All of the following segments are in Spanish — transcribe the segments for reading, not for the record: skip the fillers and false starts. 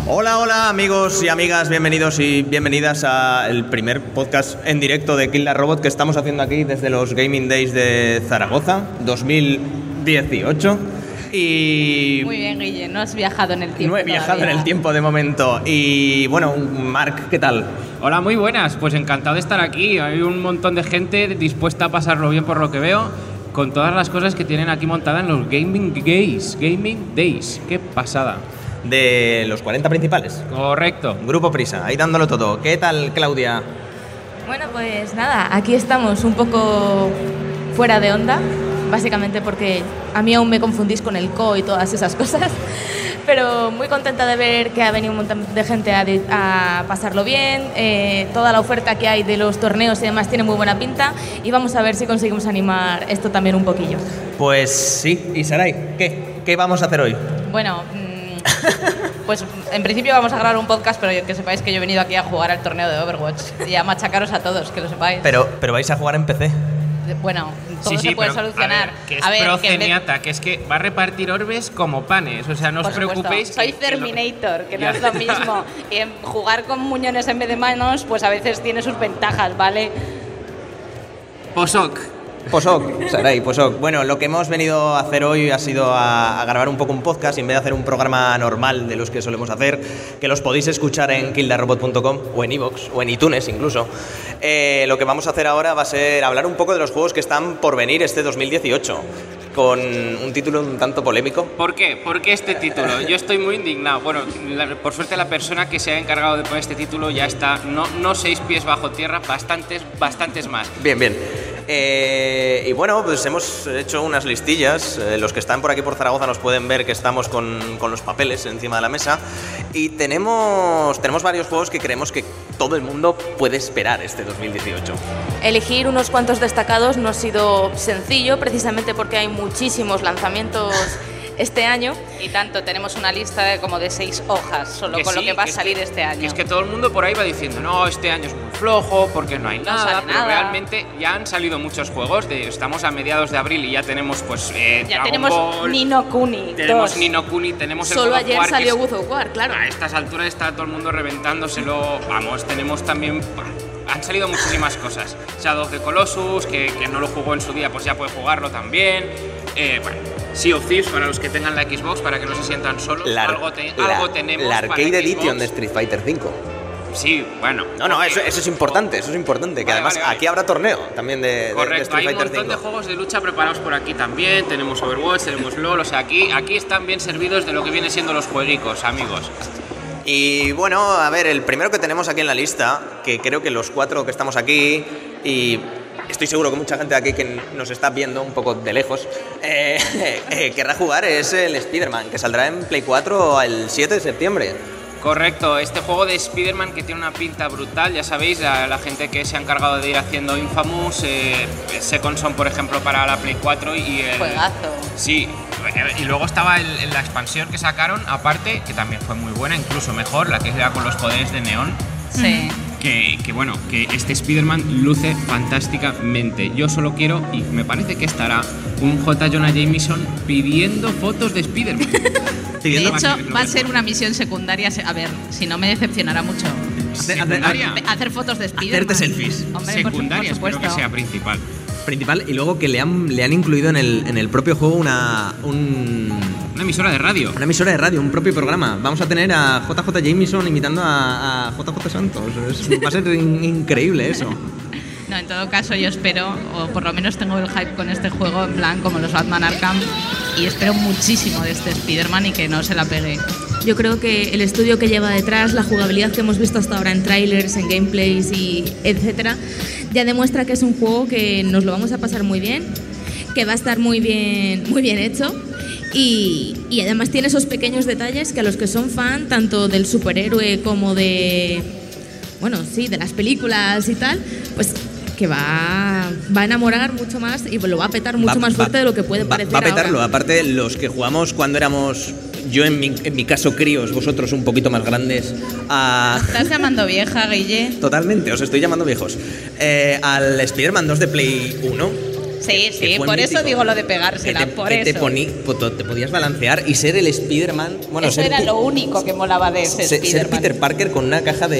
Hola, hola amigos y amigas, bienvenidos y bienvenidas al primer podcast en directo de Kill la Robot que estamos haciendo aquí desde los Gaming Days de Zaragoza 2018. Y... Muy bien, Guille, no has viajado en el tiempo. No he viajado todavía. en el tiempo de momento. Y bueno, Marc, ¿qué tal? Hola, muy buenas, pues encantado de estar aquí. Hay un montón de gente dispuesta a pasarlo bien por lo que veo, con todas las cosas que tienen aquí montadas en los Gaming Days. Qué pasada. De los 40 principales. Correcto. Grupo Prisa, ahí dándolo todo. ¿Qué tal, Claudia? Bueno, pues nada, aquí estamos un poco fuera de onda, básicamente porque a mí aún me confundís con el CO y todas esas cosas, pero muy contenta de ver que ha venido un montón de gente a pasarlo bien, toda la oferta que hay de los torneos y demás tiene muy buena pinta y vamos a ver si conseguimos animar esto también un poquillo. Pues sí, y Sarai, ¿qué vamos a hacer hoy? Bueno, pues en principio vamos a grabar un podcast, pero que sepáis que yo he venido aquí a jugar al torneo de Overwatch y a machacaros a todos, que lo sepáis. Pero vais a jugar en PC. Bueno, todo se puede solucionar. A ver, que es que va a repartir orbes como panes, o sea, no os preocupéis. Soy Terminator, que no es lo mismo. Y en jugar con muñones en vez de manos, pues a veces tiene sus ventajas, ¿vale? Posok. Sarai, Posok. Bueno, lo que hemos venido a hacer hoy ha sido a grabar un poco un podcast y en vez de hacer un programa normal de los que solemos hacer, que los podéis escuchar en killtherobot.com o en iVoox o en iTunes incluso, lo que vamos a hacer ahora va a ser hablar un poco de los juegos que están por venir este 2018. Con un título un tanto polémico. ¿Por qué? ¿Por qué este título? Yo estoy muy indignado. Bueno, por suerte la persona que se ha encargado de poner este título ya está, no 6 pies bajo tierra, bastantes más. Bien. Y bueno, pues hemos hecho unas listillas. Los que están por aquí por Zaragoza nos pueden ver que estamos con los papeles encima de la mesa. Y tenemos varios juegos que creemos que todo el mundo puede esperar este 2018. Elegir unos cuantos destacados no ha sido sencillo, precisamente porque hay muchísimos lanzamientos este año. Y tanto, tenemos una lista de como de 6 hojas solo Que con sí, lo que va a que salir este año. Que es que todo el mundo por ahí va diciendo, no, este año es muy flojo porque no hay nada, sale pero nada. realmente ya han salido muchos juegos. Estamos a mediados de abril y ya tenemos pues ya Dragon tenemos Ball, Ni no Kuni tenemos 2. Ni no Kuni, tenemos el Solo God of ayer War, que salió es- God of War, claro. A estas alturas está todo el mundo reventándoselo. Vamos, tenemos también... Han salido muchísimas cosas. Shadow of the Colossus, que no lo jugó en su día, pues ya puede jugarlo también. Bueno, Sea of Thieves para los que tengan la Xbox, para que no se sientan solos. Algo tenemos la para Arcade Xbox. Edition de Street Fighter V. Sí, bueno. No, eso es importante, Que además vale. aquí habrá torneo también de Correcto, Street hay un Fighter montón de V. juegos de lucha preparados por aquí también. Tenemos Overwatch, tenemos LoL, o sea, aquí están bien servidos de lo que vienen siendo los jueguicos, amigos. Y bueno, a ver, el primero que tenemos aquí en la lista, que creo que los 4 que estamos aquí, y estoy seguro que mucha gente aquí que nos está viendo un poco de lejos, querrá jugar, es el Spider-Man, que saldrá en Play 4 el 7 de septiembre. Correcto, este juego de Spider-Man que tiene una pinta brutal, ya sabéis, la gente que se ha encargado de ir haciendo Infamous, Second Son, por ejemplo, para la Play 4 y el... Juegazo. Sí, y luego estaba la expansión que sacaron, aparte, que también fue muy buena, incluso mejor, la que era con los poderes de neón. Sí. Que bueno, que este Spider-Man luce fantásticamente. Yo solo quiero, y me parece que estará, un J. Jonah Jameson pidiendo fotos de Spider-Man. De hecho, va a ser una misión secundaria. A ver, si no me decepcionará mucho. ¿Secundaria? Hacer fotos de Spider-Man. Hacerte selfies. Hombre, Secundaria, por espero supuesto. que sea principal. Principal, y luego que le han incluido en el propio juego una Una emisora de radio. emisora de radio, un propio programa. Vamos a tener a JJ Jameson imitando a JJ Santos. Va a ser increíble eso. No, en todo caso yo espero, o por lo menos tengo el hype con este juego, en plan como los Batman Arkham, y espero muchísimo de este Spider-Man y que no se la pegue. Yo creo que el estudio que lleva detrás, la jugabilidad que hemos visto hasta ahora en trailers, en gameplays y etcétera, ya demuestra que es un juego que nos lo vamos a pasar muy bien, que va a estar muy bien hecho y además tiene esos pequeños detalles que a los que son fan tanto del superhéroe como de las películas y tal, pues que va a enamorar mucho más y lo va a petar mucho más fuerte de lo que puede parecer va a petarlo. ahora. Aparte, los que jugamos cuando éramos, yo en mi caso críos, vosotros un poquito más grandes, ¿Estás llamando vieja, Guille? totalmente, os estoy llamando viejos, al Spider-Man 2 de Play 1, Sí, que fue por eso mítico. digo lo de pegársela, por eso. Te podías balancear y ser el Spider-Man. Bueno, eso era lo único que molaba de ese ser Spider-Man. Peter Parker con una caja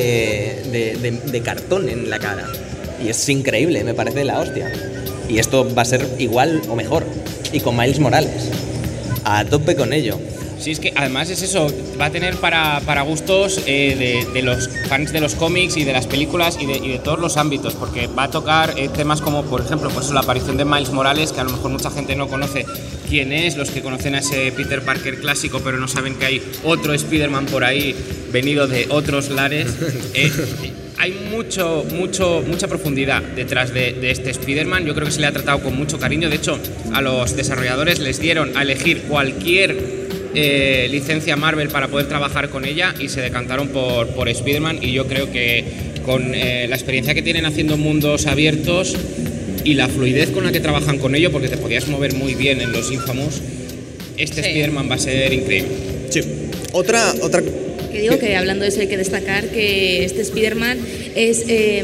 de cartón en la cara. Y es increíble, me parece la hostia. Y esto va a ser igual o mejor. Y con Miles Morales. A tope con ello. Sí, es que además es eso, va a tener para gustos de los fans de los cómics y de las películas y de todos los ámbitos, porque va a tocar temas como, por ejemplo, pues la aparición de Miles Morales, que a lo mejor mucha gente no conoce quién es, los que conocen a ese Peter Parker clásico, pero no saben que hay otro Spider-Man por ahí venido de otros lares. Hay mucha profundidad detrás de este Spider-Man. Yo creo que se le ha tratado con mucho cariño. De hecho, a los desarrolladores les dieron a elegir cualquier licencia Marvel para poder trabajar con ella y se decantaron por Spider-Man, y yo creo que con la experiencia que tienen haciendo mundos abiertos y la fluidez con la que trabajan con ello, porque te podías mover muy bien en los Infamous, este Spider-Man va a ser increíble. Sí. Otra Que digo que hablando de eso hay que destacar que este Spider-Man es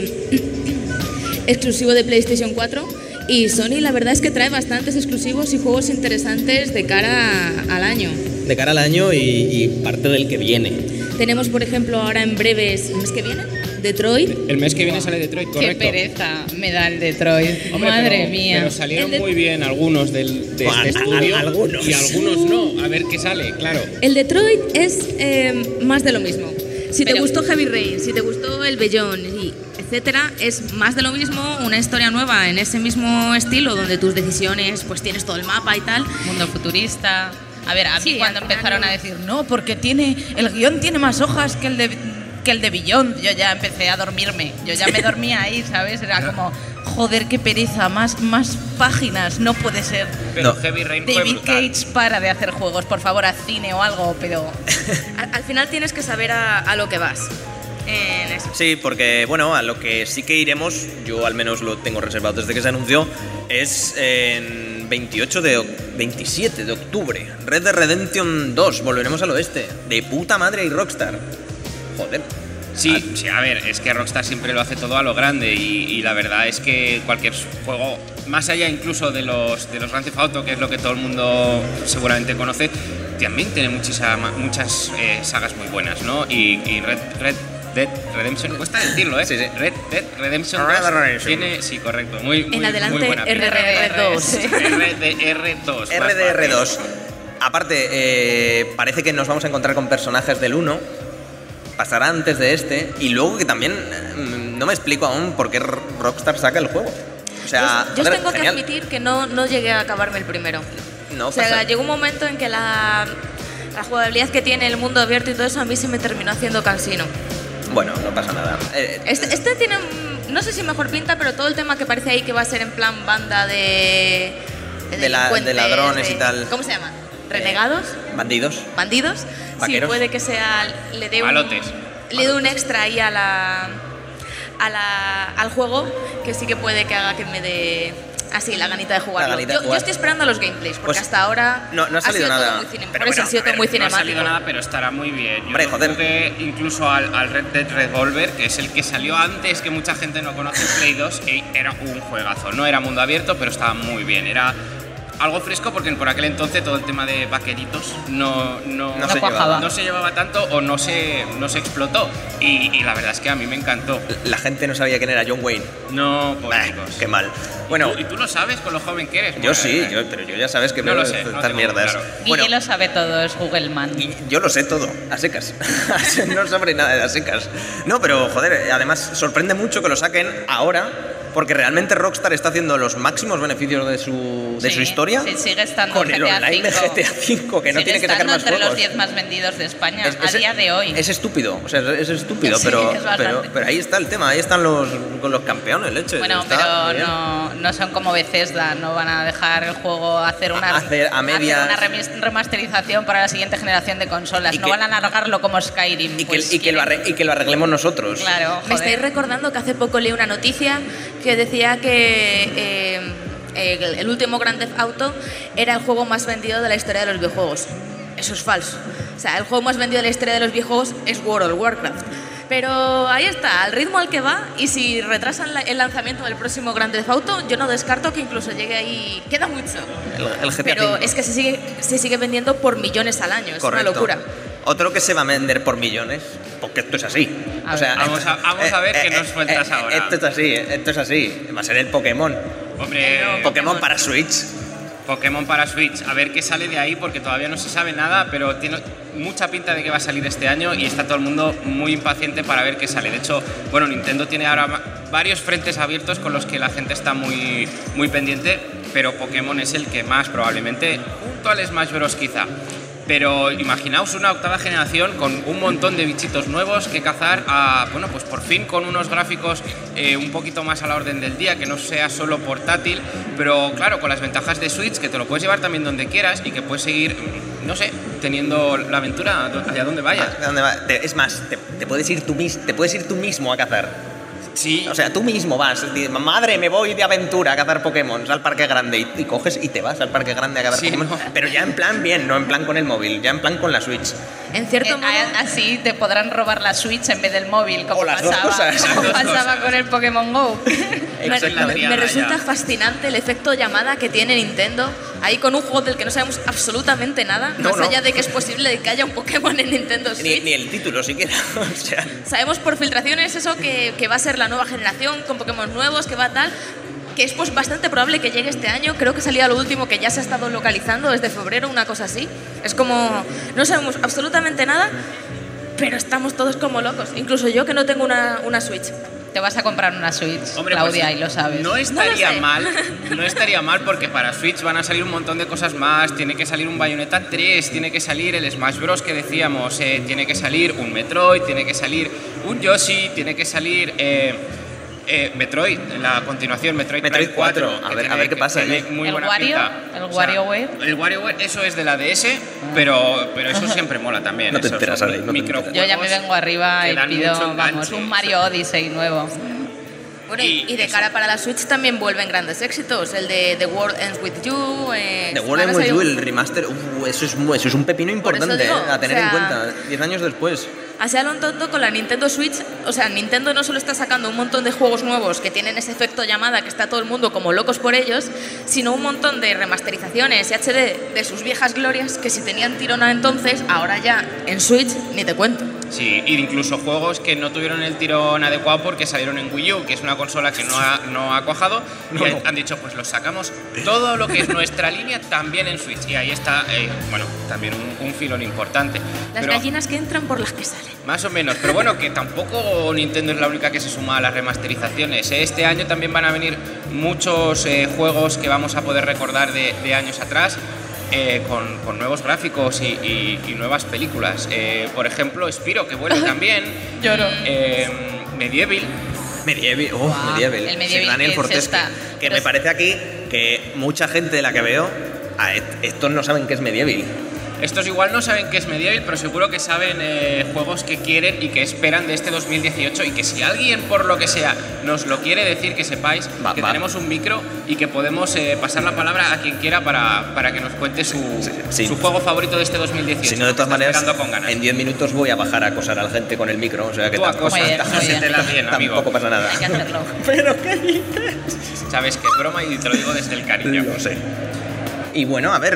exclusivo de PlayStation 4 y Sony la verdad es que trae bastantes exclusivos y juegos interesantes de cara al año. De cara al año y parte del que viene. Tenemos por ejemplo ahora en breves, ¿el mes que viene? Detroit. El mes que viene sale Detroit, correcto. Qué pereza me da el Detroit. Hombre, Madre mía. Pero salieron muy bien algunos de este estudio algunos. Y algunos no. A ver qué sale, claro. El Detroit es más de lo mismo. Si te gustó Heavy Rain, si te gustó el Beyond y etcétera, es más de lo mismo, una historia nueva en ese mismo estilo donde tus decisiones, pues tienes todo el mapa y tal. Mundo futurista. A ver, a mí Sí, cuando al final empezaron a decir no, porque el guión tiene más hojas que el de Beyond, yo ya empecé a dormirme. Yo ya me dormía ahí, ¿sabes? Era como, joder, qué pereza, más páginas, no puede ser. Pero No. Heavy Rain fue David brutal. Cage, para de hacer juegos, por favor, haz cine o algo, pero... Al final tienes que saber a lo que vas. En eso. Sí, porque bueno, a lo que sí que iremos, yo al menos lo tengo reservado desde que se anunció, es en 27 de octubre, Red Dead Redemption 2, volveremos al oeste, de puta madre y Rockstar. Joder. Sí, a ver, es que Rockstar siempre lo hace todo a lo grande y la verdad es que cualquier juego, más allá incluso de los Grand Theft Auto, que es lo que todo el mundo seguramente conoce, también tiene muchas sagas muy buenas, ¿no? Y Red Dead Redemption, cuesta decirlo, ¿eh? Sí, sí. Red Dead Redemption Red 2 Dead Redemption. tiene, sí, correcto, muy En adelante, muy buena pinta. RDR2. RDR2. RDR2. Aparte, parece que nos vamos a encontrar con personajes del 1, pasará antes de este, y luego que también no me explico aún por qué Rockstar saca el juego. O sea, Yo joder, tengo genial. que admitir que no llegué a acabarme el primero. No O sea, pasa- llegó un momento en que la jugabilidad que tiene el mundo abierto y todo eso a mí se me terminó haciendo cansino. Bueno, no pasa nada. Este tiene, no sé si mejor pinta, pero todo el tema que parece ahí que va a ser en plan banda de De delincuentes, ladrones y tal. ¿Cómo se llama? ¿Renegados? Bandidos. ¿Bandidos? Sí, Vaqueros. puede que sea, le dé Malotes. un extra ahí al juego que sí que puede que haga que me dé así la ganita de jugarlo. ganita de Yo jugar. estoy esperando a los gameplays, porque Pues hasta ahora no ha salido sido todo nada. muy Pero por eso bueno, ha sido a todo ver, muy No ha cinemático. salido nada, pero estará muy bien. Yo Hombre, joder. jugué incluso al Red Dead Revolver, que es el que salió antes, que mucha gente no conoce, Play 2, y era un juegazo. No era mundo abierto, pero estaba muy bien. Era algo fresco porque por aquel entonces todo el tema de vaqueritos no se cuajaba. no se llevaba tanto o no se explotó. Y la verdad es que a mí me encantó. La gente no sabía quién era John Wayne. No, Bah, chicos. qué mal. Bueno, ¿Y tú lo sabes con lo joven que eres? yo Bueno, sí, pero yo ya sabes que No veo lo sé, no estas tengo mierdas. claro. Bueno, Guille lo sabe todo, es Google Man. y yo lo sé todo, a secas. No sobre nada de a secas. No, pero joder, además sorprende mucho que lo saquen ahora, porque realmente Rockstar está haciendo los máximos beneficios de su Sí, historia sí, sigue estando con en el GTA online de V. GTA V, que no Sigue tiene que sacar estando más entre juegos. los 10 más vendidos de España Es- a día de hoy. Es estúpido, o sea, es estúpido, Sí, pero, es bastante. pero ahí está el tema, ahí están con los campeones, leche. Bueno, está pero bien. no son como Bethesda, no van a dejar el juego hacer A medias. una remasterización para la siguiente generación de consolas. Y No que- van a alargarlo como Skyrim. Y pues que lo arreglemos nosotros. Claro, Me joder. estáis recordando que hace poco leí una noticia que decía que el último Grand Theft Auto era el juego más vendido de la historia de los videojuegos. Eso es falso. O sea, el juego más vendido de la historia de los videojuegos es World of Warcraft. Pero ahí está, al ritmo al que va, y si retrasan el lanzamiento del próximo Grand Theft Auto, yo no descarto que incluso llegue ahí. Queda mucho. El GTA Pero 5. es que se sigue vendiendo por millones al año, es Correcto. una locura. Otro que se va a vender por millones, porque esto es así. A ver, vamos a ver qué nos sueltas ahora. Esto es así. Va a ser el Pokémon. Hombre, Pokémon para Switch. Pokémon para Switch, a ver qué sale de ahí porque todavía no se sabe nada, pero tiene mucha pinta de que va a salir este año y está todo el mundo muy impaciente para ver qué sale. De hecho, bueno, Nintendo tiene ahora varios frentes abiertos con los que la gente está muy, muy pendiente, pero Pokémon es el que más probablemente, junto al Smash Bros. Quizá. Pero imaginaos una octava generación con un montón de bichitos nuevos que cazar, bueno, pues por fin con unos gráficos un poquito más a la orden del día, que no sea solo portátil, pero claro, con las ventajas de Switch, que te lo puedes llevar también donde quieras y que puedes seguir, no sé, teniendo la aventura allá donde vayas. Es más, te puedes ir tú mismo a cazar. Sí. O sea, tú mismo vas, madre, me voy de aventura a cazar Pokémon al Parque Grande y coges y te vas al Parque Grande a cazar Sí, Pokémon. no. Pero ya en plan bien, no en plan con el móvil, ya en plan con la Switch. En cierto modo, Así te podrán robar la Switch en vez del móvil, como O las dos pasaba, cosas. como Las dos pasaba cosas. con el Pokémon GO. Exactamente. me resulta ya. fascinante el efecto llamada que tiene Nintendo ahí con un juego del que no sabemos absolutamente nada, No, más no. allá de que es posible que haya un Pokémon en Nintendo Switch. Ni el título siquiera. O sea, Sabemos por filtraciones eso que va a ser la nueva generación con Pokémon nuevos, que va tal, que es pues bastante probable que llegue este año. Creo que salía lo último que ya se ha estado localizando desde febrero, una cosa así. Es como, no sabemos absolutamente nada, pero estamos todos como locos. Incluso yo que no tengo una Switch. Te vas a comprar una Switch, Hombre, Claudia, pues, y lo sabes. No estaría sé. mal, no estaría mal porque para Switch van a salir un montón de cosas más. Tiene que salir un Bayonetta 3, tiene que salir el Smash Bros. Que decíamos, tiene que salir un Metroid, tiene que salir un Yoshi, tiene que salir Metroid, en la continuación, Metroid Metroid Prime 4. 4, que a ver qué pasa, tiene ¿eh? muy ¿El buena Wario? pinta. ¿El O sea, WarioWare? El WarioWare, eso es de la DS, pero eso siempre mola también. No te Esos enteras, son Ale, no te microjuegos Yo ya me vengo arriba que y dan pido, mucho vamos, enganche. un Mario Odyssey nuevo. Bueno, Y y de eso. cara para la Switch también vuelven grandes éxitos. El de The World Ends With You. The World Ends With You, el remaster, eso es un pepino importante digo, a tener o sea, en cuenta. 10 años después. Así a lo tonto con la Nintendo Switch, o sea, Nintendo no solo está sacando un montón de juegos nuevos que tienen ese efecto llamada que está todo el mundo como locos por ellos, sino un montón de remasterizaciones y HD de sus viejas glorias que si tenían tirona entonces, ahora ya en Switch ni te cuento. Sí, e incluso juegos que no tuvieron el tirón adecuado porque salieron en Wii U, que es una consola que no ha cuajado, y han dicho, pues los sacamos todo lo que es nuestra línea también en Switch. Y ahí está, bueno, también un filón importante. Las Pero- gallinas que entran por las que salen. Más o menos, pero bueno, que tampoco Nintendo es la única que se suma a las remasterizaciones. Este año también van a venir muchos juegos que vamos a poder recordar de años atrás, con nuevos gráficos y nuevas películas. Por ejemplo, Spyro, que vuelve también. Lloro. Medieval. Medieval, Guau, Medieval. el Medieval Sí, Daniel que Fortescue. se está- Que pero me es- parece aquí que mucha gente de la que veo, estos no saben qué es Medieval. Estos igual no saben qué es Medieval, pero seguro que saben juegos que quieren y que esperan de este 2018, y que si alguien por lo que sea nos lo quiere decir, que sepáis que Va. tenemos un micro y que podemos pasar la palabra a quien quiera para que nos cuente su juego favorito de este 2018. Si no, de todas Está maneras, esperando con ganas. en 10 minutos voy a bajar a acosar a la gente con el micro, o sea que Tú tampoco, acosa, Muy bien, muy bien. tómatela bien, amigo. tampoco pasa nada. Hay que hacerlo. ¿Pero qué dices? Sabes que es broma y te lo digo desde el cariño. Lo sé. Y bueno, a ver,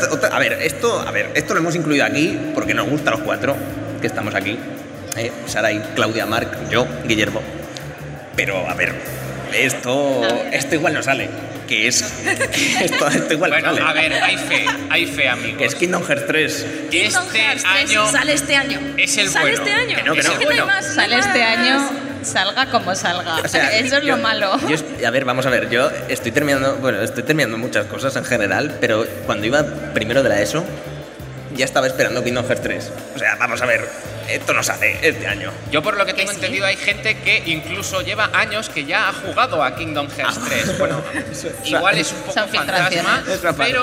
esto lo hemos incluido aquí porque nos gusta a los cuatro que estamos aquí. Sara y Claudia, Marc, yo, Guillermo. Pero, a ver, esto igual no sale. Que es... esto igual Bueno, no sale. a ver, hay fe, amigos. Que es Kingdom Hearts 3. Kingdom Este Hearts 3 año sale este año. es el ¿Sale bueno. este año? Que no, que Es no. no hay Bueno, más, no Sale hay este más. año, salga como salga. O sea, Eso es yo- lo malo. A ver, vamos a ver, yo estoy terminando muchas cosas en general, pero cuando iba primero de la ESO, ya estaba esperando Kingdom Hearts 3. O sea, vamos a ver, esto no sale este año. Yo por lo que tengo sí. entendido hay gente que incluso lleva años que ya ha jugado a Kingdom Hearts 3. Bueno, igual es un poco Son fantasma, filtraciones. Esa parte.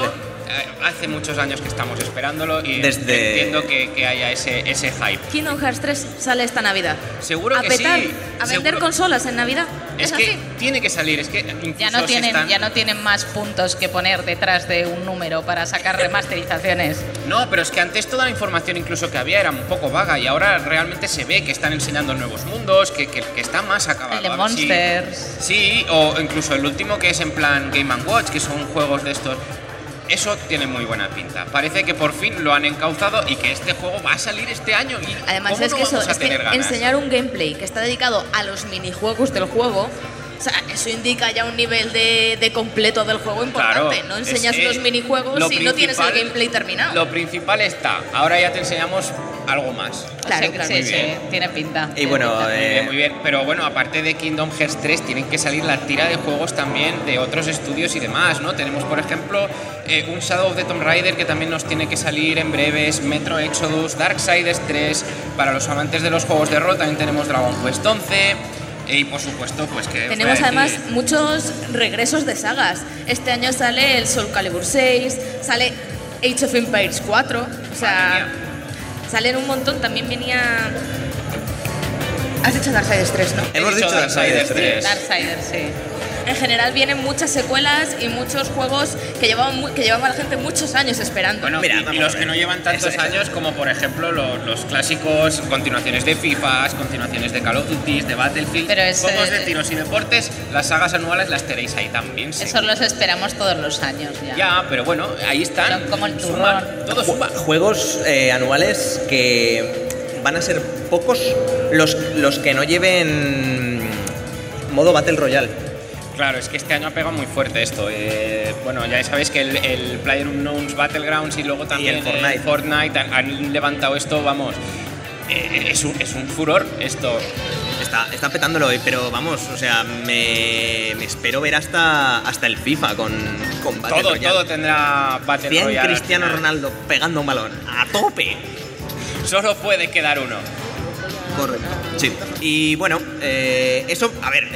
hace muchos años que estamos esperándolo y Entiendo que haya ese hype. Kingdom Hearts 3 sale esta Navidad. Seguro que petar, sí. A vender seguro. consolas en Navidad. Es así. que tiene que salir, es que incluso Ya no tienen más puntos que poner detrás de un número para sacar remasterizaciones. No, pero es que antes toda la información incluso que había era un poco vaga y ahora realmente se ve que están enseñando nuevos mundos, que está más acabado. El de A ver si- Monsters. Sí, o incluso el último que es en plan Game & Watch, que son juegos de estos. Eso tiene muy buena pinta. Parece que por fin lo han encauzado y que este juego va a salir este año. Y Además ¿cómo es no que eso, vamos a es que tener ganas? enseñar un gameplay que está dedicado a los minijuegos del juego, o sea, eso indica ya un nivel de completo del juego importante. Claro, No enseñas es- los minijuegos lo si no tienes el principal- gameplay terminado. Lo principal está. Ahora ya te enseñamos algo más. Claro, Sí, claro. sí, Muy sí, bien. tiene pinta. Y bueno, Muy bien, pero bueno, aparte de Kingdom Hearts 3 tienen que salir la tira de juegos también de otros estudios y demás, ¿no? Tenemos, por ejemplo, un Shadow of the Tomb Raider que también nos tiene que salir en breves, Metro Exodus, Darksiders 3, para los amantes de los juegos de rol también tenemos Dragon Quest 11 y por supuesto, pues que... os Tenemos voy a además decir- muchos regresos de sagas. Este año sale el Soul Calibur 6, sale Age of Empires 4, o sea, Madre salen un montón. También venía... Has dicho Darksiders 3, ¿no? He Hemos dicho Darksiders 3. Darksiders, sí. En general vienen muchas secuelas y muchos juegos que llevaban a la gente muchos años esperando. Bueno, Mira, y vamos los a que ver. no llevan tantos Eso. años, como por ejemplo los clásicos continuaciones de FIFA, continuaciones de Call of Duty, de Battlefield, Pero es, juegos de tiros y deportes, las sagas anuales las tenéis ahí también. Sí. Eso los esperamos todos los años ya. Ya, pero bueno, ahí están. Son como el Suman, turrón. todo suma. Juegos anuales que van a ser pocos los que no lleven modo Battle Royale. Claro, es que este año ha pegado muy fuerte esto. Bueno, ya sabéis que el PlayerUnknown's Battlegrounds y luego también el Fortnite han levantado esto, vamos. Es un furor esto. Está petándolo hoy, pero vamos, o sea, me espero ver hasta el FIFA con Battle Royale. Todo tendrá Battle 100 Royale. al Cristiano final. Ronaldo pegando un balón a tope. Solo puede quedar uno. Correcto. Sí. Y bueno, eso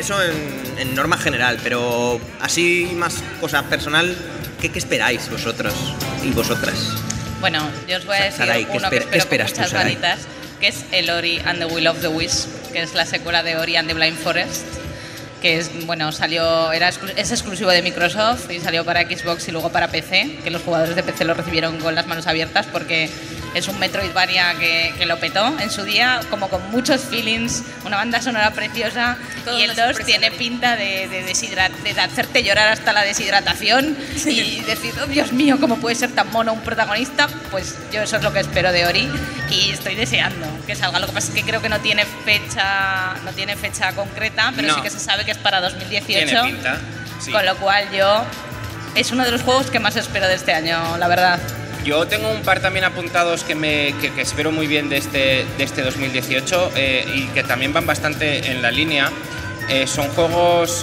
en norma general, pero así más cosa personal, ¿qué esperáis vosotros y vosotras? Bueno, yo os voy a decir Sarai, uno que ¿qué espero con esperas tú, muchas Sarai? ganitas, que es el Ori and the Will of the Wisp, que es la secuela de Ori and the Blind Forest, que es, bueno, es exclusivo de Microsoft y salió para Xbox y luego para PC, que los jugadores de PC lo recibieron con las manos abiertas porque es un Metroidvania que lo petó en su día, como con muchos feelings, una banda sonora preciosa. Todo Y el una 2 sorpresa. tiene pinta de hacerte llorar hasta la deshidratación y decir, oh, Dios mío, ¿cómo puede ser tan mono un protagonista? Pues yo eso es lo que espero de Ori y estoy deseando que salga. Lo que pasa es que creo que no tiene fecha concreta, pero No. sí que se sabe que es para 2018. Tiene pinta. Sí. Con lo cual es uno de los juegos que más espero de este año, la verdad. Yo tengo un par también apuntados que espero muy bien de este 2018 y que también van bastante en la línea. Son juegos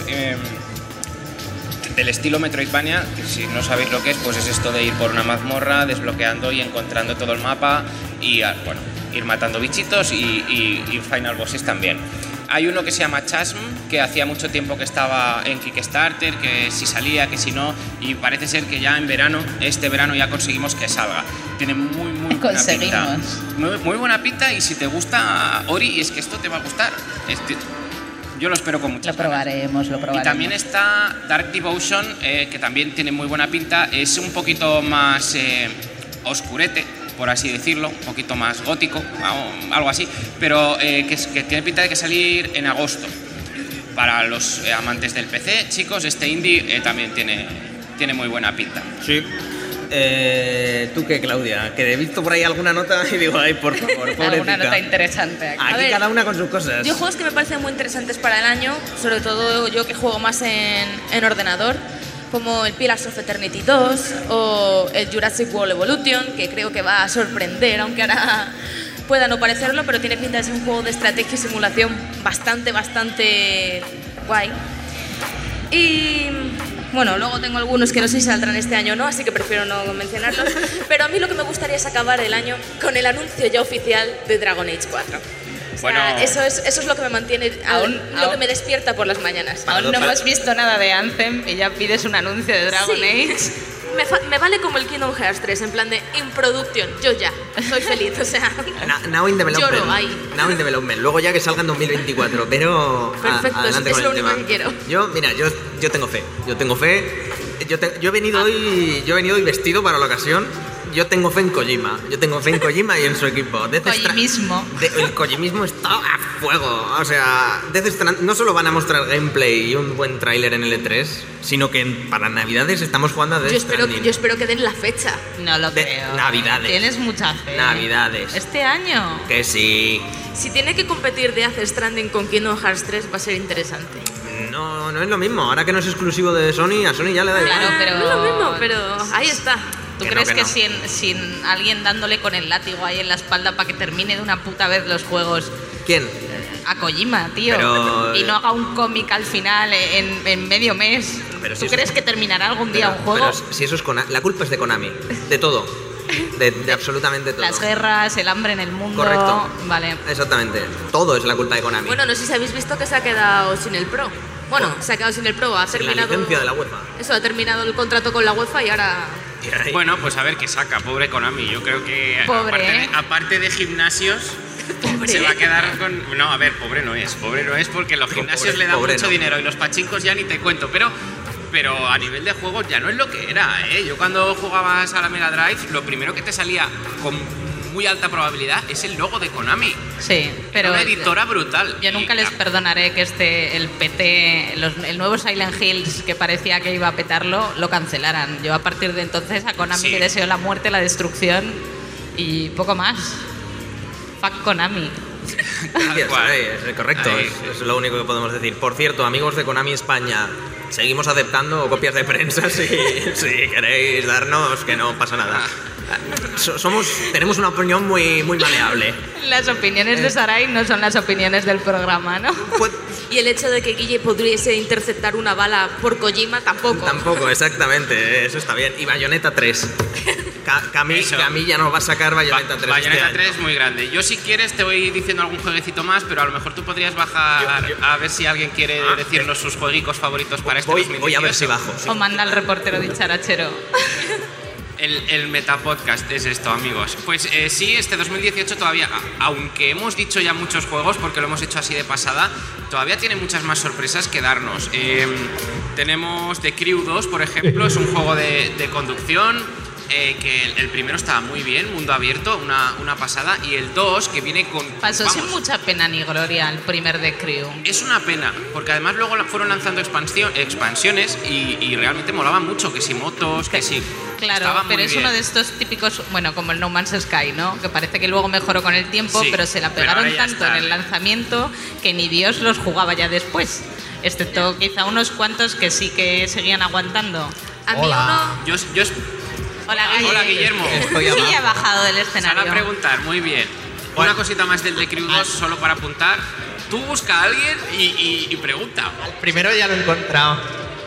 del estilo Metroidvania, que si no sabéis lo que es, pues es esto de ir por una mazmorra, desbloqueando y encontrando todo el mapa y bueno, ir matando bichitos y final bosses también. Hay uno que se llama Chasm, que hacía mucho tiempo que estaba en Kickstarter, que si salía, que si no, y parece ser que ya en verano, este verano ya conseguimos que salga. Tiene muy buena pinta. Conseguimos. Muy buena pinta y si te gusta Ori, es que esto te va a gustar. Yo lo espero con muchas Lo probaremos. y también está Dark Devotion, que también tiene muy buena pinta. Es un poquito más oscurete, por así decirlo, un poquito más gótico, algo así, pero que tiene pinta de que salir en agosto. Para los amantes del PC, chicos, este indie también tiene muy buena pinta. Sí. ¿Tú qué, Claudia? Que he visto por ahí alguna nota y digo, ay, por favor, pobrecita. Alguna nota interesante aquí. Aquí A ver, cada una con sus cosas. Yo juegos que me parecen muy interesantes para el año, sobre todo yo que juego más en ordenador, como el Pillars of Eternity 2 o el Jurassic World Evolution, que creo que va a sorprender, aunque ahora pueda no parecerlo, pero tiene pinta de ser un juego de estrategia y simulación bastante guay. Y bueno, luego tengo algunos que no sé si saldrán este año o no, así que prefiero no mencionarlos. Pero a mí lo que me gustaría es acabar el año con el anuncio ya oficial de Dragon Age 4. O sea, Bueno. eso es lo que me mantiene, lo que me despierta por las mañanas. Aún no hemos visto nada de Anthem y ya pides un anuncio de Dragon Sí. Age. Me vale como el Kingdom Hearts 3, en plan de in production, yo ya, soy feliz, o sea... Now in development. Lloro ahí. Now in development. Luego ya que salga en 2024, pero... Perfecto, adelante es con lo el único tema. que quiero. Yo tengo fe. Yo he venido hoy vestido para la ocasión. Yo tengo fe en Kojima. Yo tengo fe en Kojima y en su equipo. Kojimismo. El Kojimismo está a fuego. O sea, Death Stranding no solo van a mostrar gameplay y un buen tráiler en el E3, sino que para Navidades estamos jugando a Death Stranding. Yo espero que den la fecha. No lo De creo. Navidades. Tienes mucha fe. Navidades. ¿Este año? Que sí. Si tiene que competir Death Stranding con Kingdom Hearts 3 va a ser interesante. No es lo mismo. Ahora que no es exclusivo de Sony, a Sony ya le da igual. Claro, pero- No es lo mismo, pero ahí está. ¿Tú Que crees no, que que, no. sin alguien dándole con el látigo ahí en la espalda para que termine de una puta vez los juegos ¿Quién? a Kojima, tío? Pero- Y no haga un cómic al final en medio mes. Pero si ¿Tú eso- crees que terminará algún día un juego? Pero si eso es la culpa es de Konami. De todo. De absolutamente todo. Las guerras, el hambre en el mundo. Correcto. Vale. Exactamente. Todo es la culpa de Konami. Bueno, no sé si habéis visto que se ha quedado sin el Pro. Bueno, se ha quedado sin el Pro, ha Sin la terminado... licencia de la UEFA. Eso, ha terminado el contrato con la UEFA y ahora... Bueno, pues a ver qué saca, pobre Konami. Yo creo que Pobre, aparte, ¿eh? aparte de gimnasios, Pobre. se va a quedar con... No, a ver, pobre no es porque los gimnasios Pobre, le dan pobre mucho no. dinero y los pachincos ya ni te cuento, pero a nivel de juegos ya no es lo que era, ¿eh? Yo cuando jugabas a la Mega Drive, lo primero que te salía con muy alta probabilidad es el logo de Konami. Sí, pero. Era una editora brutal. Yo nunca Y- les perdonaré que el PT, el nuevo Silent Hills que parecía que iba a petarlo, lo cancelaran. Yo a partir de entonces a Konami Sí. le deseo la muerte, la destrucción y poco más. Fuck Konami. Gracias, cual. es correcto, Ahí. es lo único que podemos decir. Por cierto, amigos de Konami España, seguimos aceptando copias de prensa si queréis darnos, que no pasa nada. Tenemos una opinión muy maleable. Las opiniones de Sarai no son las opiniones del programa, ¿no? Pues, Y el hecho de que Guille pudiese interceptar una bala por Kojima, tampoco. tampoco, exactamente, eso está bien. Y Bayonetta 3. Eso. Camilla nos va a sacar Bayonetta 3. Bayonetta este 3 año. es muy grande. Yo si quieres te voy diciendo algún jueguecito más, pero a lo mejor tú podrías bajar a ver si alguien quiere decirnos sus jueguicos favoritos para este 2018. Voy a ver si bajo. sí. O manda al reportero dicharachero. El Metapodcast es esto, amigos. Pues sí, este 2018 todavía, aunque hemos dicho ya muchos juegos, porque lo hemos hecho así de pasada, todavía tiene muchas más sorpresas que darnos. Tenemos The Crew 2, por ejemplo, es un juego de conducción, que el primero estaba muy bien, mundo abierto, una pasada, y el 2, que viene con... Pasó sin vamos, mucha pena ni gloria el primer de Crew. es una pena, porque además luego fueron lanzando expansiones y realmente molaba mucho, que si motos, que si... Claro, estaba muy pero es bien. uno de estos típicos, bueno, como el No Man's Sky, ¿no? Que parece que luego mejoró con el tiempo, Sí, pero se la pero pegaron ahora ya tanto en está. el lanzamiento que ni Dios los jugaba ya después. Excepto quizá unos cuantos que sí que seguían aguantando. A mí uno... Yo Hola, Guille. Hola, Guillermo. Estoy Sí, ha bajado del Sala escenario. a preguntar, muy bien. Una cosita más del The Crew 2, solo para apuntar. Tú busca a alguien y pregunta. Primero ya lo he encontrado.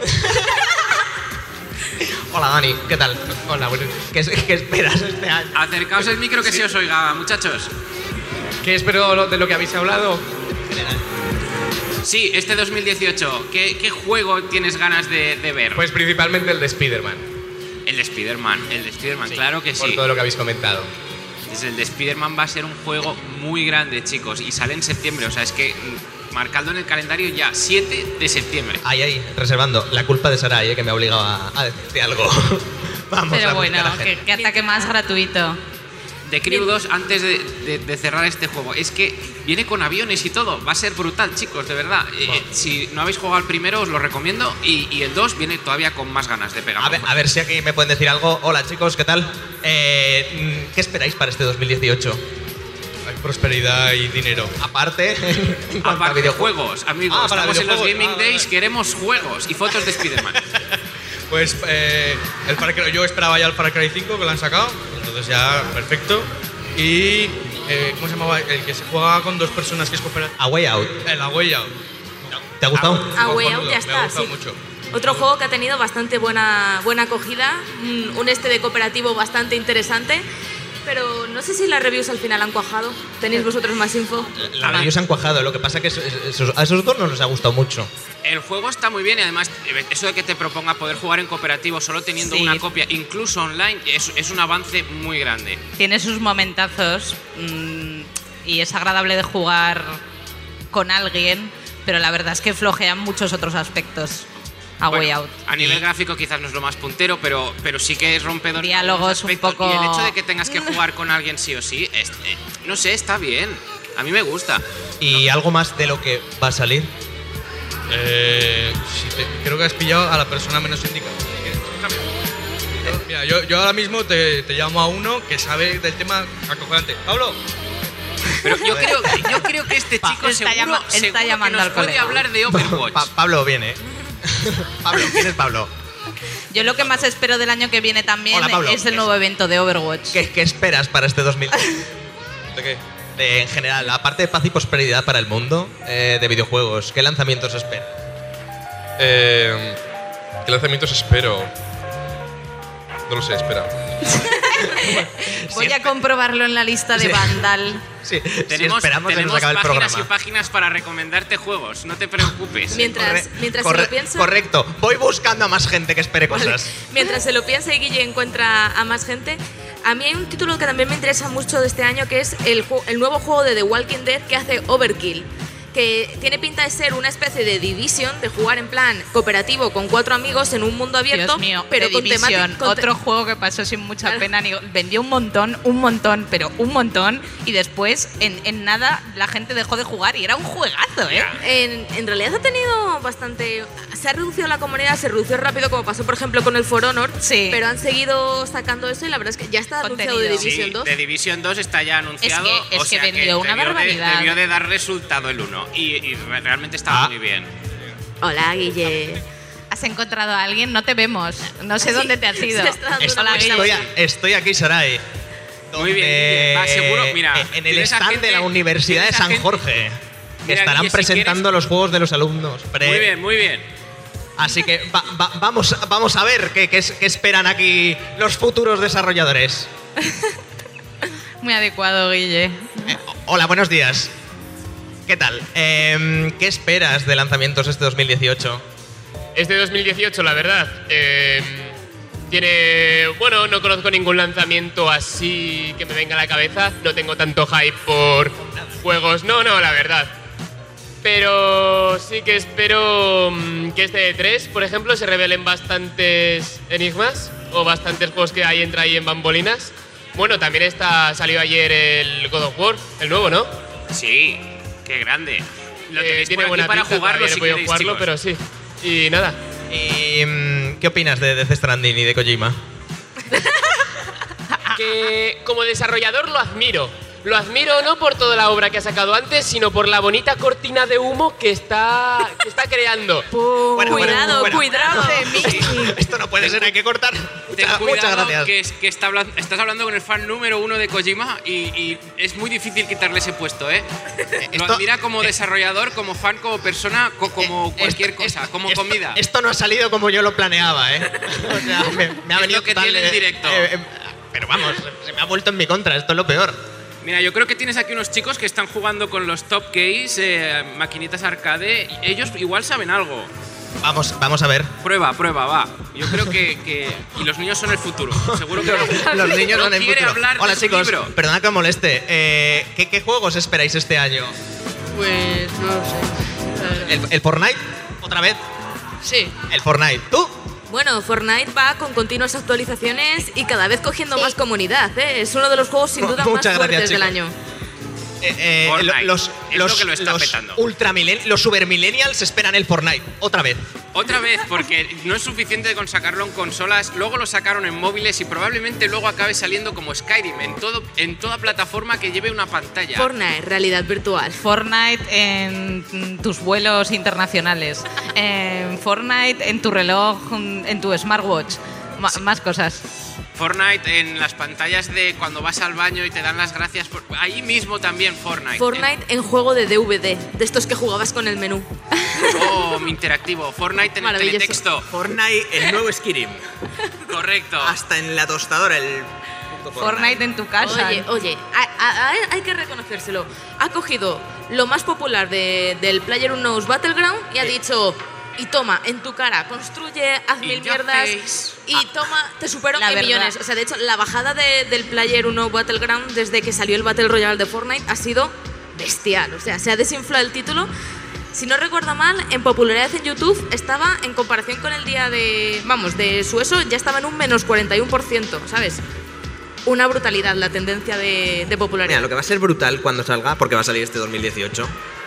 Hola Dani, ¿qué tal? Hola, bueno, ¿qué esperas este año? Acercaos el micro que se os oiga, muchachos. ¿Qué espero de lo que habéis hablado? Sí, este 2018, ¿qué juego tienes ganas de ver? Pues principalmente el de Spider-Man. El de Spider-Man, claro que Por sí. todo lo que habéis comentado. Pues el de Spider-Man va a ser un juego muy grande, chicos, y sale en septiembre, o sea, es que marcadlo en el calendario ya, 7 de septiembre. Ahí, reservando. La culpa de Sarai, que me ha obligado a decirte algo. Vamos Pero a bueno, buscar a gente. que ataque más gratuito. The Crew 2, antes de cerrar este juego, es que viene con aviones y todo, va a ser brutal, chicos, de verdad. Si no habéis jugado al primero, os lo recomiendo, y el 2 viene todavía con más ganas de pegar. A ver si aquí me pueden decir algo. Hola chicos, ¿qué tal? ¿Qué esperáis para este 2018? Hay prosperidad y dinero. Aparte, en cuanto a Aparte de videojuegos. juegos, amigos, para estamos en los videojuegos. Gaming Days, queremos juegos y fotos de Spider-Man. Pues el Far Cry, yo esperaba ya el Far Cry 5 que lo han sacado, entonces ya perfecto. Y ¿cómo se llamaba? El que se juega con dos personas que es cooperativo. A Way Out. El A Way Out. ¿Te ha gustado? A Way Cojonudo, Out ya me ha está, gustado sí. mucho. Otro juego que ha tenido bastante buena acogida, un de cooperativo bastante interesante. Pero no sé si las reviews al final han cuajado. ¿Tenéis vosotros más info? Las reviews han cuajado, lo que pasa es que a esos dos no les ha gustado mucho. El juego está muy bien y además eso de que te proponga poder jugar en cooperativo solo teniendo una copia, incluso online, es un avance muy grande. Tiene sus momentazos y es agradable de jugar con alguien, pero la verdad es que flojean muchos otros aspectos a Way Out. A nivel gráfico quizás no es lo más puntero, pero sí que es rompedor. Diálogos un poco... Y el hecho de que tengas que jugar con alguien sí o sí, no sé, está bien. A mí me gusta. ¿Y algo más de lo que va a salir? Creo que has pillado a la persona menos indicada. Mira, yo ahora mismo te llamo a uno que sabe del tema acojonante. ¡Pablo! Pero yo creo que este chico está seguro llamando que nos al puede colega. hablar de Overwatch. Pablo viene. Pablo, ¿quién es Pablo? Yo lo que más espero del año que viene también Hola, Pablo. es el nuevo evento de Overwatch. ¿Qué esperas para este 2000? ¿De qué? En general, aparte de paz y prosperidad para el mundo de videojuegos, ¿qué lanzamientos esperas? ¿Qué lanzamientos espero? No lo sé, espera. Voy a comprobarlo en la lista de Vandal. Sí, Tenemos esperamos que nos acabe el páginas programa. y páginas para recomendarte juegos, no te preocupes. Mientras se lo piensa... Correcto, voy buscando a más gente que espere Vale. cosas. Mientras se lo piensa y Guille encuentra a más gente, a mí hay un título que también me interesa mucho de este año, que es el nuevo juego de The Walking Dead que hace Overkill, que tiene pinta de ser una especie de Division, de jugar en plan cooperativo con 4 amigos en un mundo abierto, Dios mío, pero The con Division, temática... otro juego que pasó sin mucha Claro. pena, vendió un montón, pero un montón, y después en nada la gente dejó de jugar y era un juegazo, ¿eh? En realidad ha tenido bastante... Se ha reducido la comunidad, se redució rápido, como pasó por ejemplo con el For Honor, Sí. pero han seguido sacando eso y la verdad es que ya está anunciado de Contenido. Division Sí, 2. The Division 2 está ya anunciado. Es que o sea vendió una barbaridad. Debió de dar resultado el 1 y realmente estaba muy bien. Hola, Guille. ¿Has encontrado a alguien? No te vemos. No sé Sí, dónde te has ido. se está dando Hola, una Guille. vuelta. Estoy aquí, Sarai. Muy bien, Guille. Va, seguro, mira, En el tienes a stand gente- de la Universidad de tienes a San gente- Jorge. Que Mira, estarán Guille, si presentando los juegos de los alumnos. Muy bien, muy bien. Así que vamos a ver qué esperan aquí los futuros desarrolladores. Muy adecuado, Guille. Hola, buenos días. ¿Qué tal? ¿Qué esperas de lanzamientos este 2018? Este 2018, la verdad, tiene... Bueno, no conozco ningún lanzamiento así que me venga a la cabeza. No tengo tanto hype por juegos. No, la verdad. Pero sí que espero que este E3, por ejemplo, se revelen bastantes enigmas o bastantes juegos que hay entre ahí en bambolinas. Bueno, también salió ayer el God of War, el nuevo, ¿no? Sí, qué grande. Lo tenéis tiene por aquí buena para pinta, jugarlo todavía si no he podido queréis, jugarlo, chicos. pero sí. Y nada. ¿Qué opinas de Death Stranding y de Kojima? Que como desarrollador lo admiro. Lo admiro no por toda la obra que ha sacado antes, sino por la bonita cortina de humo que está creando. Cuidado. de mí. Esto no puede ser, hay que cortar. Ten Muchas cuidado, gracias. que estás hablando con el fan número 1 de Kojima y es muy difícil quitarle ese puesto, ¿eh? Lo Esto- admira como desarrollador, como fan, como persona, como cualquier cosa, como comida. Esto no ha salido como yo lo planeaba, ¿eh? O sea, me ha Es venido lo que total, tiene en directo. pero vamos, se me ha vuelto en mi contra, esto es lo peor. Mira, yo creo que tienes aquí unos chicos que están jugando con los Top Case, maquinitas arcade. Y ellos igual saben algo. Vamos a ver. Prueba, va. Yo creo que y los niños son el futuro. Seguro que Los niños no son el quiere futuro. hablar Hola, de su chicos, libro. perdona que os moleste. ¿Qué juegos esperáis este año? Pues no lo sé. ¿El Fortnite? ¿Otra vez? Sí. El Fortnite. ¿Tú? Bueno, Fortnite va con continuas actualizaciones y cada vez cogiendo más comunidad, ¿eh? Es uno de los juegos sin duda más Muchas fuertes gracias, del chicos. año. Fortnite. Los Es lo que lo está petando. los super millennials esperan el Fortnite. Otra vez. Otra vez, porque no es suficiente con sacarlo en consolas, luego lo sacaron en móviles y probablemente luego acabe saliendo como Skyrim en toda plataforma que lleve una pantalla. Fortnite, realidad virtual. Fortnite en tus vuelos internacionales. Fortnite en tu reloj, en tu smartwatch. Más cosas. Fortnite en las pantallas de cuando vas al baño y te dan las gracias. Ahí mismo también Fortnite. Fortnite en juego de DVD, de estos que jugabas con el menú. Oh, mi interactivo. Fortnite en el Maravilloso. teletexto. Fortnite, el nuevo Skyrim. Correcto. Hasta en la tostadora, el Fortnite en tu casa. Oye, hay que reconocérselo. Ha cogido lo más popular del PlayerUnknown's Battleground y ha dicho... Y toma, en tu cara, construye, haz mil mierdas y toma, te supero en millones. O sea, de hecho, la bajada del PlayerUnknown's Battleground desde que salió el Battle Royale de Fortnite ha sido bestial. O sea, se ha desinflado el título. Si no recuerdo mal, en popularidad en YouTube estaba, en comparación con el día de su eso, ya estaba en un menos 41%, ¿sabes? Una brutalidad la tendencia de popularidad. Mira, lo que va a ser brutal cuando salga, porque va a salir este 2018,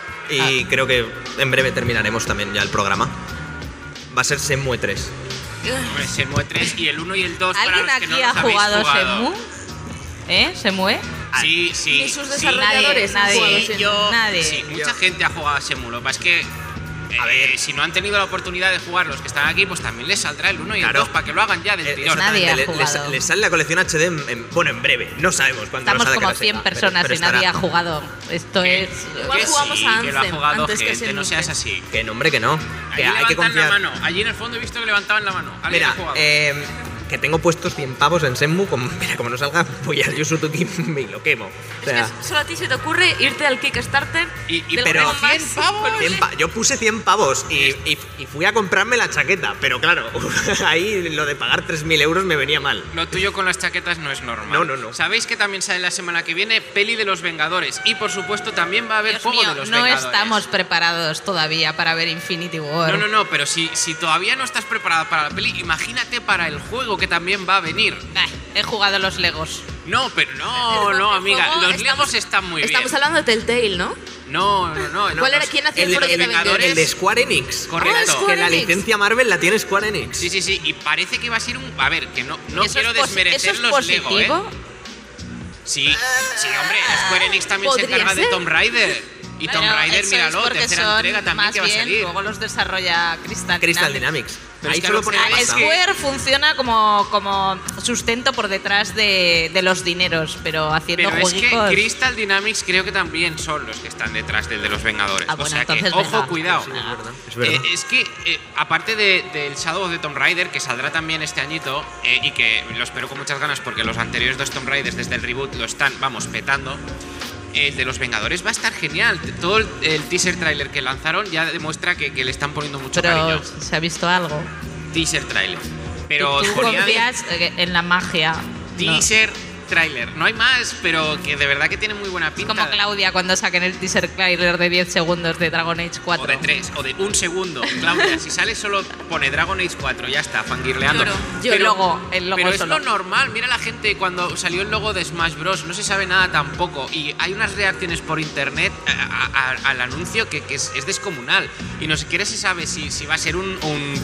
y creo que en breve terminaremos también ya el programa, va a ser Shenmue 3. Hombre, Shenmue 3 y el 1 y el 2 para ¿Alguien los que aquí no los ha habéis jugado jugado. Shenmue? ¿Shenmue? Sí, sí. Ni sus desarrolladores han jugado Shenmue. Nadie. Sí, mucha gente ha jugado a Shenmue. Lo que pasa es que si no han tenido la oportunidad de jugar los que están aquí, pues también les saldrá el 1 y el 2 para que lo hagan ya del tirón. Nadie ha jugado. Les sale la colección HD en breve. No sabemos cuándo Estamos nos ha de como que 100 la personas pero y nadie estará. ha jugado. Esto es... Igual Que jugamos sí, a que lo ha Anthem jugado antes que gente, no Shenmue. seas así. Que no, hombre, que no. Que Allí hay que levantan la confiar. mano. Allí en el fondo he visto que levantaban la mano. ¿Alguien ha Mira, jugado? que tengo puestos 100 pavos en Shenmue, mira, como no salga, voy a Yu Suzuki y lo quemo. O sea, Es que solo a ti se te ocurre irte al Kickstarter Y del pero juego más 100 pavos. voluble. yo puse 100 pavos y fui a comprarme la chaqueta, pero claro, ahí lo de pagar 3.000 euros me venía mal. Lo tuyo con las chaquetas no es normal. No. Sabéis que también sale la semana que viene peli de los Vengadores y por supuesto también va a haber Dios juego mío, de los no Vengadores. estamos preparados todavía para ver Infinity War. No, pero si todavía no estás preparada para la peli, imagínate para el juego que también va a venir. He jugado los Legos. No, pero no, amiga, los Legos están muy bien. Estamos hablando de Telltale, ¿no? No. ¿Cuál era? ¿Quién hacía el proyecto de Vengadores? El de Square Enix. Correcto. Ah, Square Que la Enix. licencia Marvel la tiene Square Enix. Sí, y parece que va a ser un... A ver, que no ¿Eso quiero es desmerecer ¿eso es los Lego, positivo? Sí, hombre, Square Enix también se Podría encarga de ser. Tomb Raider. Y Tomb Pero Raider, eso míralo, es porque tercera son entrega también más que va a bien, salir. luego los desarrolla Crystal Dynamics. Pero Ahí es que solo no pone sé, la es pasta. que- Square funciona como sustento por detrás de los dineros, pero haciendo Pero es que juegos. Crystal Dynamics creo que también son los que están detrás del de los Vengadores. Ah, bueno, o sea que, entonces ojo, venga. cuidado. Sí, es verdad. Es que, aparte del Shadow of the Tomb Raider, que saldrá también este añito, y que lo espero con muchas ganas porque los anteriores dos Tomb Raiders desde el reboot lo están, petando, el de los Vengadores va a estar genial. Todo el teaser trailer que lanzaron ya demuestra que le están poniendo mucho Pero cariño. se ha visto algo. Teaser trailer. Pero ¿Tú ponían confías en la magia? No. teaser trailer. No hay más, pero que de verdad que tiene muy buena pinta. Como Claudia cuando saquen el teaser trailer de 10 segundos de Dragon Age 4. O de 3, o de 1 segundo. Claudia, si sale solo pone Dragon Age 4, ya está, fangirleando. Yo el logo pero es solo. lo normal, mira la gente cuando salió el logo de Smash Bros. No se sabe nada tampoco. Y hay unas reacciones por internet al anuncio que es descomunal. Y no siquiera se sabe si va a ser un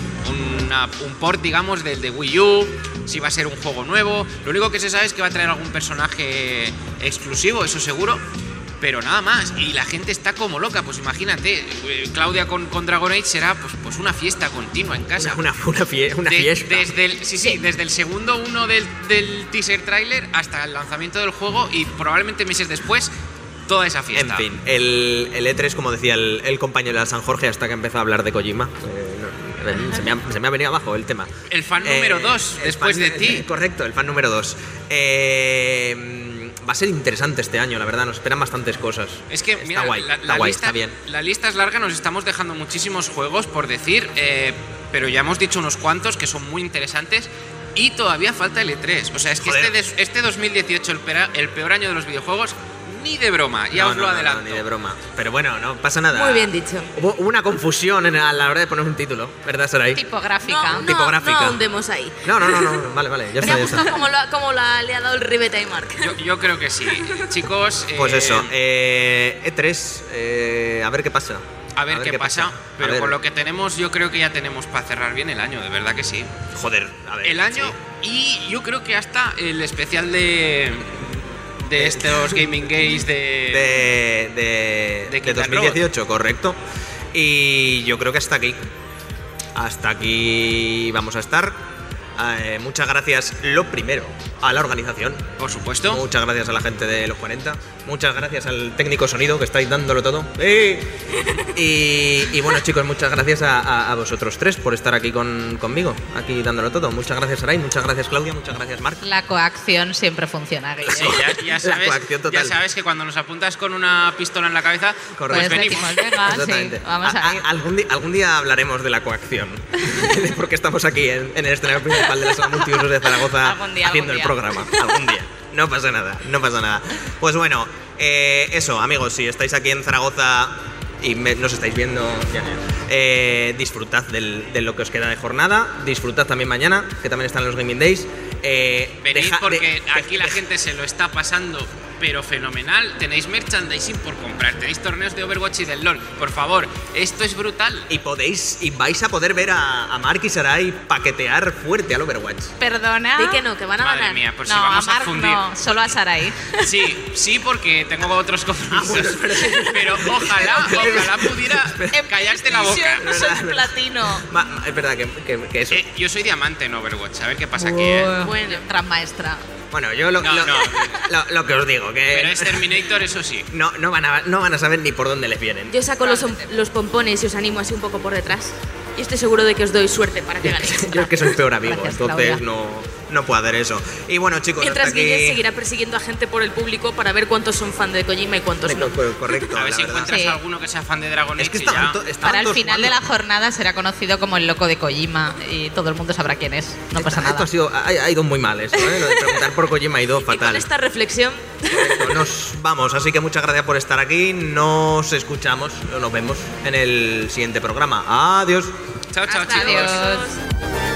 port, digamos, del de Wii U, si va a ser un juego nuevo. Lo único que se sabe es que va a traer algún personaje exclusivo, eso seguro. Pero nada más, y la gente está como loca, pues imagínate, Claudia con Dragon Age será pues una fiesta continua en casa. Una fiesta. Desde el segundo uno del teaser trailer hasta el lanzamiento del juego y probablemente meses después, toda esa En fiesta. fin, el E3, como decía el compañero de la San Jorge, hasta que empezó a hablar de Kojima, se me ha venido abajo el tema. El fan número 2, el después fan de ti. Correcto, el fan número 2. Va a ser interesante este año, la verdad, nos esperan bastantes cosas. Es que, está mira, guay, está bien. La lista es larga, nos estamos dejando muchísimos juegos por decir, pero ya hemos dicho unos cuantos que son muy interesantes y todavía falta el E3. O sea, es que este 2018, el peor año de los videojuegos, ni de broma, ya os lo adelanto. No, ni de broma. Pero bueno, no pasa nada. Muy bien dicho. Hubo una confusión a la hora de poner un título, ¿verdad, Sarai? Tipográfica. Tipográfica. No ahondemos ahí. No, vale, ya Me ha está. gustado cómo le ha dado el ribete a Mark. Yo creo que sí. Chicos, Pues eso, E3, a ver qué pasa. A ver qué pasa, pero A ver. con lo que tenemos yo creo que ya tenemos para cerrar bien el año, de verdad que sí. Joder, a ver. El año y yo creo que hasta el especial de estos Gaming Gays de Kill the 2018, correcto. Y yo creo que hasta aquí. Hasta aquí vamos a estar. Muchas gracias, lo primero, a la organización. Por supuesto. Muchas gracias a la gente de los 40. Muchas gracias al técnico sonido, que estáis dándolo todo. ¡Sí! Y bueno, chicos, muchas gracias a vosotros tres por estar aquí conmigo, aquí dándolo todo. Muchas gracias, Aray, muchas gracias, Claudia, muchas gracias, Marc. La coacción siempre funciona, Guille. Sí, ya sabes, La coacción total. ya sabes que cuando nos apuntas con una pistola en la cabeza, Correcto. pues Pues venimos. decimos, venga, Exactamente. sí, vamos a ir. Algún día hablaremos de la coacción. De por qué estamos aquí en el escenario principal de la Sala Multiusos de Zaragoza Algún día, haciendo algún el día. programa. Algún día. No pasa nada, no pasa nada. Pues bueno, eso, amigos, si estáis aquí en Zaragoza y nos estáis viendo, disfrutad de lo que os queda de jornada. Disfrutad también mañana, que también están los Gaming Days. Venid porque aquí la gente se lo está pasando, pero fenomenal. Tenéis merchandising por comprar, tenéis torneos de Overwatch y del LoL. Por favor, esto es brutal. Y vais a poder ver a Marc y Sarai paquetear fuerte al Overwatch. Perdona. Di que no, que van a Madre ganar. mía, pues No, si vamos a a Marc fundir. no, solo a Sarai. Sí, porque tengo otros compromisos. Pero ojalá pudiera callarte la boca. Soy platino. Es verdad que eso. Yo soy diamante en Overwatch, a ver qué pasa aquí, Bueno, tras maestra. Bueno, yo lo que os digo, que Pero es Terminator, eso sí. no van a saber ni por dónde les vienen. Yo saco los pompones y os animo así un poco por detrás. Y estoy seguro de que os doy suerte para que ganéis. Yo es que soy peor amigo, Gracias, entonces Claudia. no puedo hacer eso. Y bueno, chicos, Mientras hasta aquí... Guille seguirá persiguiendo a gente por el público para ver cuántos son fan de Kojima y cuántos no. Correcto, A ver la si verdad. encuentras Sí. alguno que sea fan de Dragon Age Es que y ya. estaban Para el todos final de la jugando. jornada será conocido como el loco de Kojima y todo el mundo sabrá quién es. No pasa Esto nada. ha ido muy mal esto, ¿eh? Lo de preguntar por Kojima ha ido Y con fatal. esta reflexión, Correcto, nos vamos, así que muchas gracias por estar aquí. Nos escuchamos, nos vemos en el siguiente programa. Adiós. Chao, chao, Hasta chicos. adiós.